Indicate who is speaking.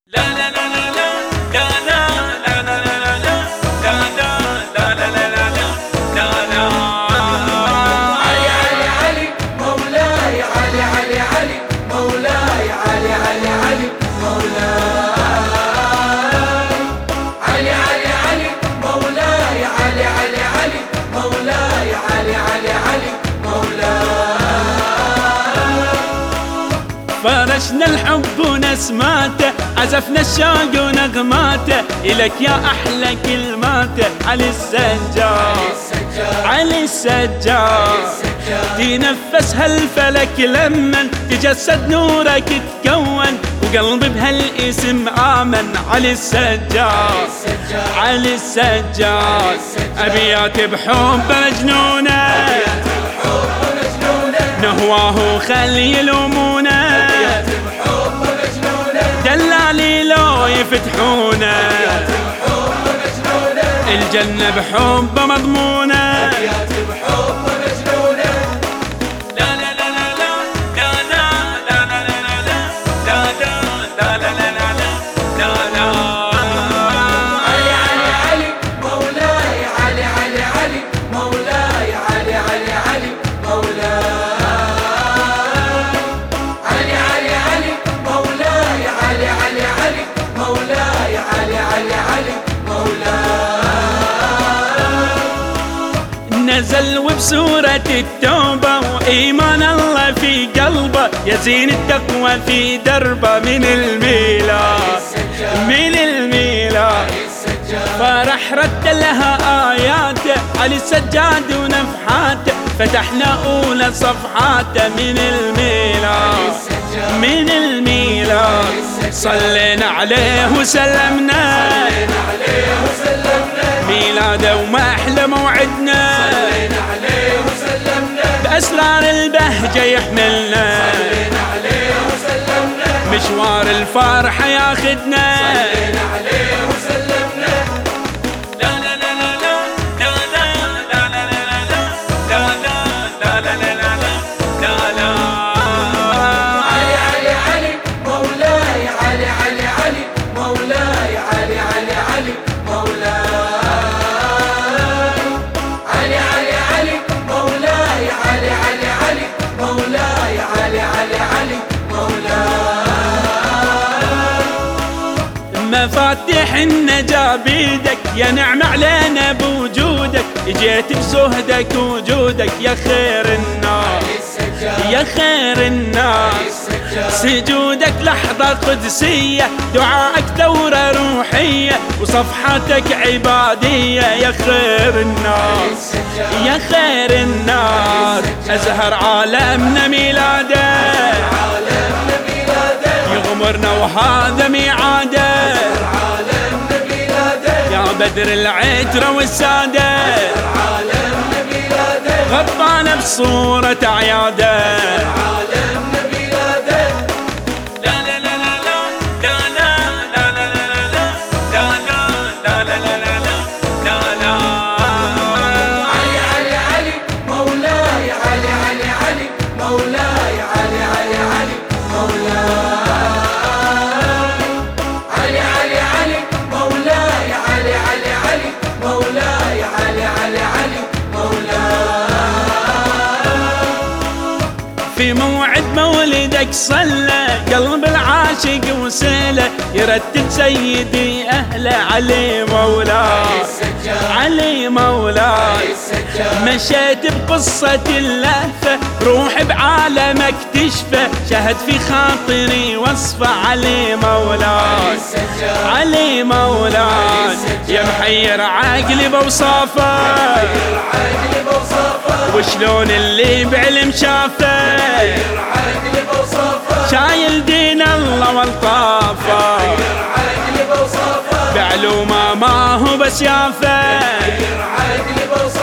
Speaker 1: لا لا لا لا لا لا لا لا لا لا لا لا لا لا لا لا.
Speaker 2: علي علي علي مولاي، علي علي علي مولاي، علي علي علي مولاي، علي علي علي مولاي، علي علي علي مولاي، علي علي علي مولاي.
Speaker 1: فرشنا الحب ونسماته، عزفنا الشوق ونغماته، إلك يا أحلى كلماته. علي السجاد، علي السجاد، تنفس هالفلك لمن تجسد نورك تكون، وقلبي بهالاسم آمن. علي السجاد، علي السجاد، أبيات بحب مجنونة، نهواه خلي يلومونه، دلالي لو يفتحونه، الجنة بحب مضمونة. نزل وبسورة التوبة، وإيمان الله في قلبه، يزين التقوى في دربه. من الميلاد، من الميلاد، فرح رد لها آياته، علي السجاد ونفحاته، فتحنا أولى صفحاته. من الميلاد، من الميلاد، صلينا عليه وسلمنا، ميلاده وما أحلى موعدنا، بأسرار البهجة يحملنا، مشوار الفرحة ياخدنا. مفاتيح النجاة بيدك، يا نعم علينا بوجودك، جيت بزهدك وجودك يا خير الناس، يا خير الناس. سجودك لحظة قدسية، دعائك ثورة روحية، وصفحتك عبادية يا خير الناس، يا خير الناس. أزهر عالمنا ميلاده، يغمرنا وهذا ميعاده، يا بدر العترة والسادة، غطانا بصورة أعياده. في موعد مولدك صلى قلب العاشق وسله، يرتل سيدي أهله. علي مولاي، علي مولاي، مشيت بقصة اللهفة، روح بعالمك تشفى، شهد في خاطري وصفه. علي مولاي، علي مولاي، يا محير عقلي بوصافه، وشلون اللي بعلم شافه، شايل دين الله والطافه، بعلومه ما هو بس يافه.